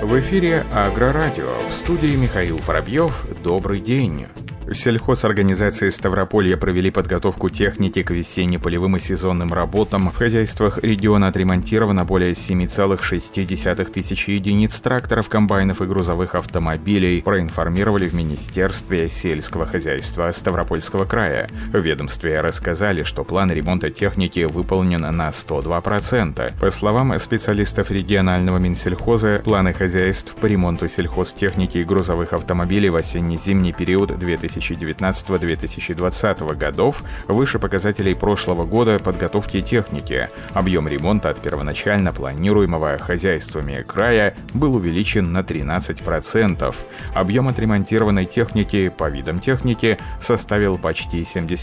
В эфире Агрорадио. В студии Михаил Воробьев. Добрый день. Сельхозорганизации Ставрополья провели подготовку техники к весенне-полевым и сезонным работам. В хозяйствах региона отремонтировано более 7,6 тысяч единиц тракторов, комбайнов и грузовых автомобилей, проинформировали в Министерстве сельского хозяйства Ставропольского края. В ведомстве рассказали, что план ремонта техники выполнен на 102%. По словам специалистов регионального Минсельхоза, планы хозяйств по ремонту сельхозтехники и грузовых автомобилей в осенне-зимний период 2019-2020 годов выше показателей прошлого года подготовки техники. Объем ремонта от первоначально планируемого хозяйствами края был увеличен на 13%. Объем отремонтированной техники по видам техники составил почти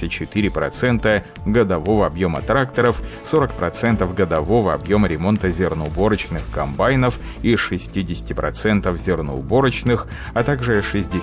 74% годового объема тракторов, 40% годового объема ремонта зерноуборочных комбайнов и 60% зерноуборочных, а также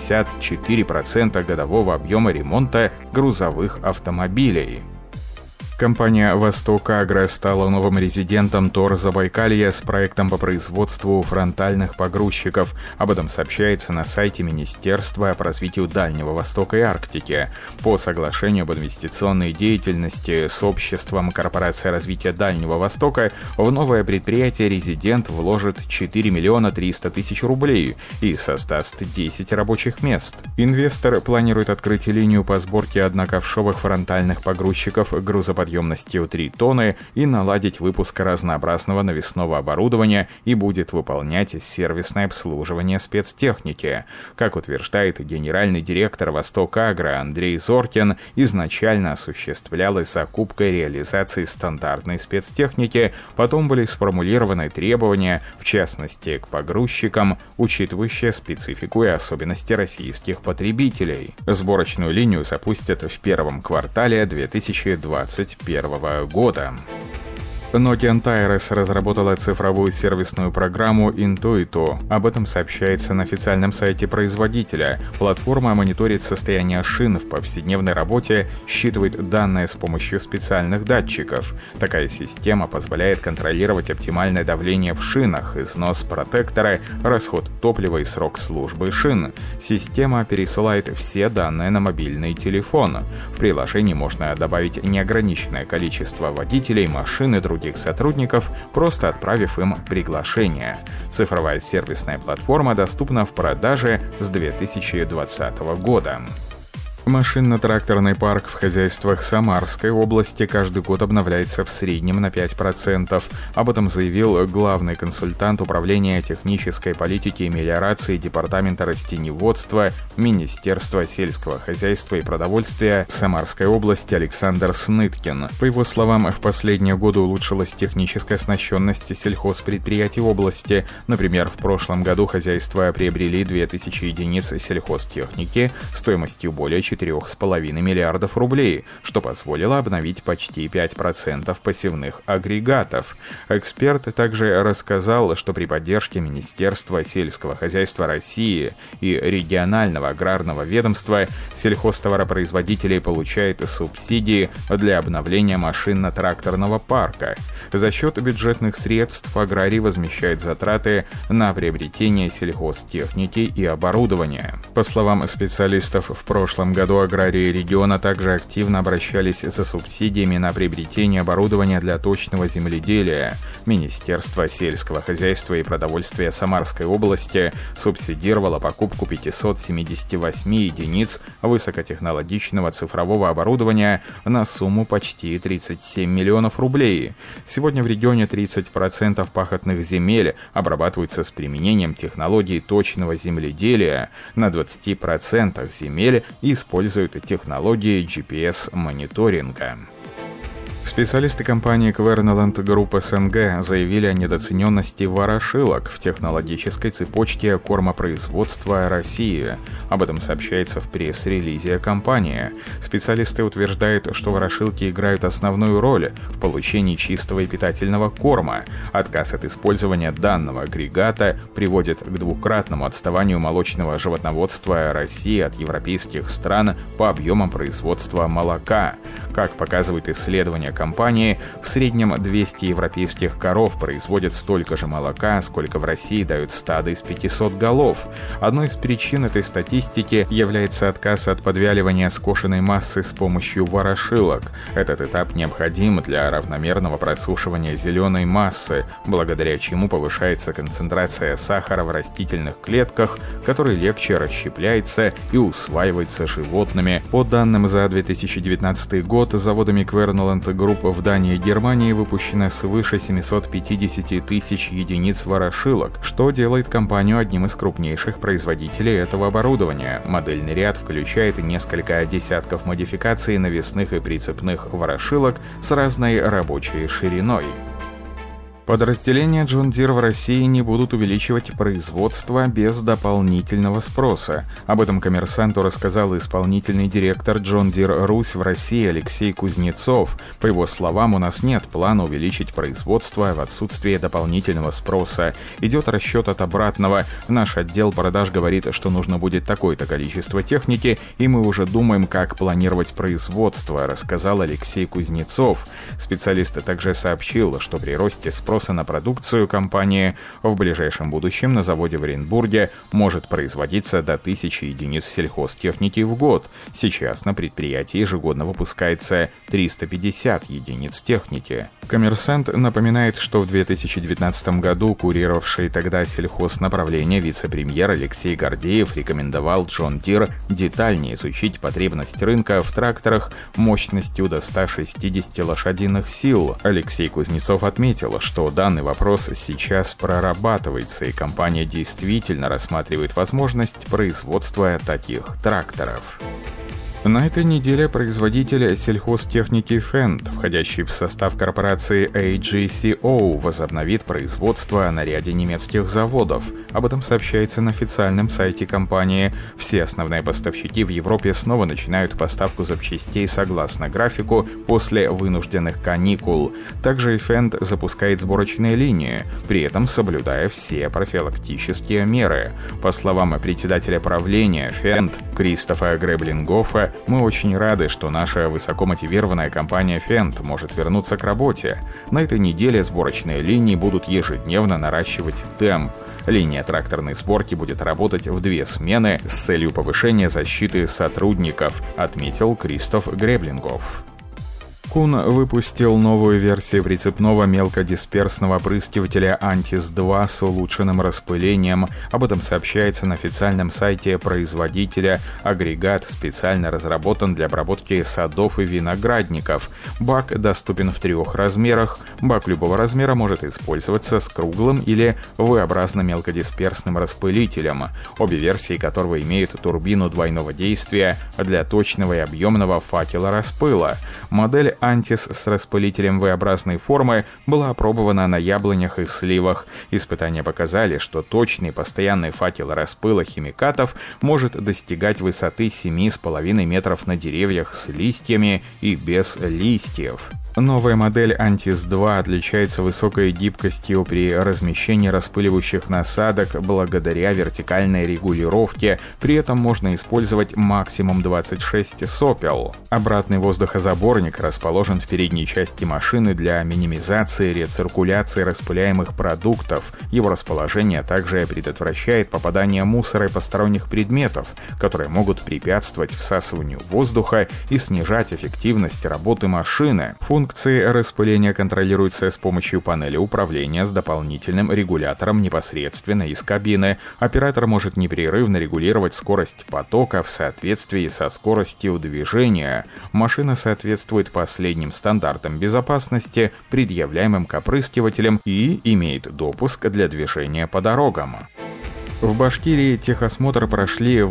64% годового объема ремонта грузовых автомобилей. Компания «Восток Агро» стала новым резидентом ТОР Забайкалья с проектом по производству фронтальных погрузчиков. Об этом сообщается на сайте Министерства по развитию Дальнего Востока и Арктики. По соглашению об инвестиционной деятельности с обществом Корпорация развития Дальнего Востока в новое предприятие резидент вложит 4 миллиона 300 тысяч рублей и создаст 10 рабочих мест. Инвестор планирует открыть линию по сборке одноковшовых фронтальных погрузчиков грузоподъемностью 3 тонны и наладить выпуск разнообразного навесного оборудования и будет выполнять сервисное обслуживание спецтехники. Как утверждает генеральный директор «Восток Агро» Андрей Зоркин, изначально осуществлялась закупка и реализация стандартной спецтехники, потом были сформулированы требования, в частности к погрузчикам, учитывающие специфику и особенности российских потребителей. Сборочную линию запустят в первом квартале 2021 года. Nokian Tyres разработала цифровую сервисную программу Intuito. Об этом сообщается на официальном сайте производителя. Платформа мониторит состояние шин в повседневной работе, считывает данные с помощью специальных датчиков. Такая система позволяет контролировать оптимальное давление в шинах, износ протектора, расход топлива и срок службы шин. Система пересылает все данные на мобильный телефон. В приложении можно добавить неограниченное количество водителей, машин и других сотрудников, просто отправив им приглашение. Цифровая сервисная платформа доступна в продаже с 2020 года. Машинно-тракторный парк в хозяйствах Самарской области каждый год обновляется в среднем на 5%. Об этом заявил главный консультант Управления технической политики и мелиорации Департамента растениеводства Министерства сельского хозяйства и продовольствия Самарской области Александр Сныткин. По его словам, в последние годы улучшилась техническая оснащенность сельхозпредприятий области. Например, в прошлом году хозяйства приобрели 2000 единиц сельхозтехники стоимостью более 4,5 миллиардов рублей, что позволило обновить почти 5% посевных агрегатов. Эксперт также рассказал, что при поддержке Министерства сельского хозяйства России и регионального аграрного ведомства сельхозтоваропроизводители получают субсидии для обновления машинно-тракторного парка. За счет бюджетных средств аграрий возмещает затраты на приобретение сельхозтехники и оборудования. По словам специалистов, в прошлом году аграрии региона также активно обращались за субсидиями на приобретение оборудования для точного земледелия. Министерство сельского хозяйства и продовольствия Самарской области субсидировало покупку 578 единиц высокотехнологичного цифрового оборудования на сумму почти 37 миллионов рублей. Сегодня в регионе 30% пахотных земель обрабатываются с применением технологий точного земледелия, на 20% земель используют технологии GPS-мониторинга. Специалисты компании Квернеленд Групп СНГ заявили о недооцененности ворошилок в технологической цепочке кормопроизводства России. Об этом сообщается в пресс-релизе компании. Специалисты утверждают, что ворошилки играют основную роль в получении чистого и питательного корма. Отказ от использования данного агрегата приводит к двукратному отставанию молочного животноводства России от европейских стран по объемам производства молока. Как показывают исследования компании, в среднем 200 европейских коров производят столько же молока, сколько в России дают стадо из 500 голов. Одной из причин этой статистики является отказ от подвяливания скошенной массы с помощью ворошилок. Этот этап необходим для равномерного просушивания зеленой массы, благодаря чему повышается концентрация сахара в растительных клетках, который легче расщепляется и усваивается животными. По данным за 2019 год, заводами Kverneland Group в Дании и Германии выпущено свыше 750 тысяч единиц ворошилок, что делает компанию одним из крупнейших производителей этого оборудования. Модельный ряд включает несколько десятков модификаций навесных и прицепных ворошилок с разной рабочей шириной. Подразделения John Deere в России не будут увеличивать производство без дополнительного спроса. Об этом «Коммерсанту» рассказал исполнительный директор John Deere Русь в России Алексей Кузнецов. По его словам, у нас нет плана увеличить производство в отсутствие дополнительного спроса. Идет расчет от обратного. Наш отдел продаж говорит, что нужно будет такое-то количество техники, и мы уже думаем, как планировать производство, рассказал Алексей Кузнецов. Специалист также сообщил, что при росте спроса на продукцию компании в ближайшем будущем на заводе в Оренбурге может производиться до 1000 единиц сельхозтехники в год. Сейчас на предприятии ежегодно выпускается 350 единиц техники. «Коммерсант» напоминает, что в 2019 году курировавший тогда сельхознаправление вице-премьер Алексей Гордеев рекомендовал John Deere детальнее изучить потребность рынка в тракторах мощностью до 160 лошадиных сил. Алексей Кузнецов отметил, что данный вопрос сейчас прорабатывается, и компания действительно рассматривает возможность производства таких тракторов. На этой неделе производитель сельхозтехники Fendt, входящий в состав корпорации AGCO, возобновит производство на ряде немецких заводов. Об этом сообщается на официальном сайте компании. Все основные поставщики в Европе снова начинают поставку запчастей согласно графику после вынужденных каникул. Также и Fendt запускает сборочные линии, при этом соблюдая все профилактические меры. По словам председателя правления Fendt Кристофа Греблингофа, мы очень рады, что наша высокомотивированная компания Fendt может вернуться к работе. На этой неделе сборочные линии будут ежедневно наращивать темп. Линия тракторной сборки будет работать в 2 смены с целью повышения защиты сотрудников, отметил Кристоф Греблингоф. Кун выпустил новую версию прицепного мелкодисперсного опрыскивателя Antis-2 с улучшенным распылением. Об этом сообщается на официальном сайте производителя. Агрегат специально разработан для обработки садов и виноградников. Бак доступен в 3 размерах. Бак любого размера может использоваться с круглым или V-образным мелкодисперсным распылителем, обе версии которого имеют турбину двойного действия для точного и объемного факела распыла. Модель Antis с распылителем V-образной формы была опробована на яблонях и сливах. Испытания показали, что точный постоянный факел распыла химикатов может достигать высоты 7,5 метров на деревьях с листьями и без листьев. Новая модель Antis-2 отличается высокой гибкостью при размещении распыливающих насадок благодаря вертикальной регулировке, при этом можно использовать максимум 26 сопел. Обратный воздухозаборник расположен в передней части машины для минимизации рециркуляции распыляемых продуктов. Его расположение также предотвращает попадание мусора и посторонних предметов, которые могут препятствовать всасыванию воздуха и снижать эффективность работы машины. Функции распыления контролируются с помощью панели управления с дополнительным регулятором непосредственно из кабины. Оператор может непрерывно регулировать скорость потока в соответствии со скоростью движения. Машина соответствует последним стандартам безопасности, предъявляемым к опрыскивателям, и имеет допуск для движения по дорогам. В Башкирии техосмотр прошли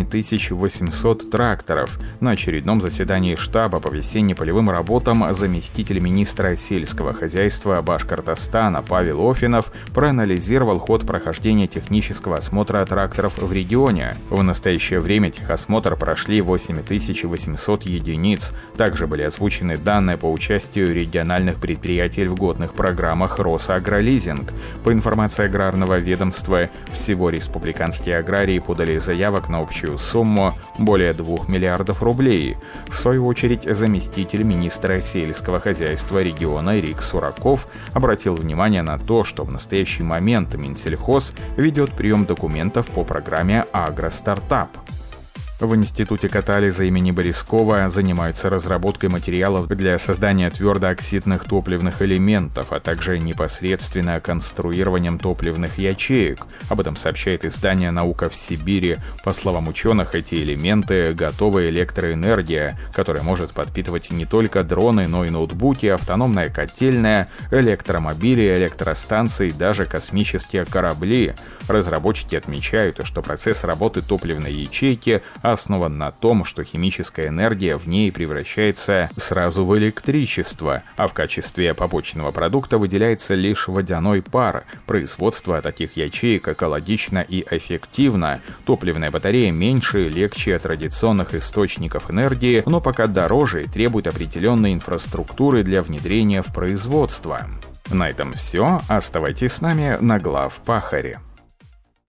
8800 тракторов. На очередном заседании штаба по весенне-полевым работам заместитель министра сельского хозяйства Башкортостана Павел Офинов проанализировал ход прохождения технического осмотра тракторов в регионе. В настоящее время техосмотр прошли 8800 единиц. Также были озвучены данные по участию региональных предприятий в льготных программах «Росагролизинг». По информации аграрного ведомства, всего республиканские аграрии подали заявок на общую сумму более 2 миллиардов рублей. В свою очередь, заместитель министра сельского хозяйства региона Рик Сураков обратил внимание на то, что в настоящий момент Минсельхоз ведет прием документов по программе «Агростартап». В Институте катализа имени Борискова занимаются разработкой материалов для создания твердооксидных топливных элементов, а также непосредственно конструированием топливных ячеек. Об этом сообщает издание «Наука в Сибири». По словам ученых, эти элементы — готовая электроэнергия, которая может подпитывать не только дроны, но и ноутбуки, автономная котельная, электромобили, электростанции, даже космические корабли. Разработчики отмечают, что процесс работы топливной ячейки основан на том, что химическая энергия в ней превращается сразу в электричество, а в качестве побочного продукта выделяется лишь водяной пар. Производство таких ячеек экологично и эффективно. Топливная батарея меньше и легче традиционных источников энергии, но пока дороже и требует определенной инфраструктуры для внедрения в производство. На этом все. Оставайтесь с нами на Главпахаре.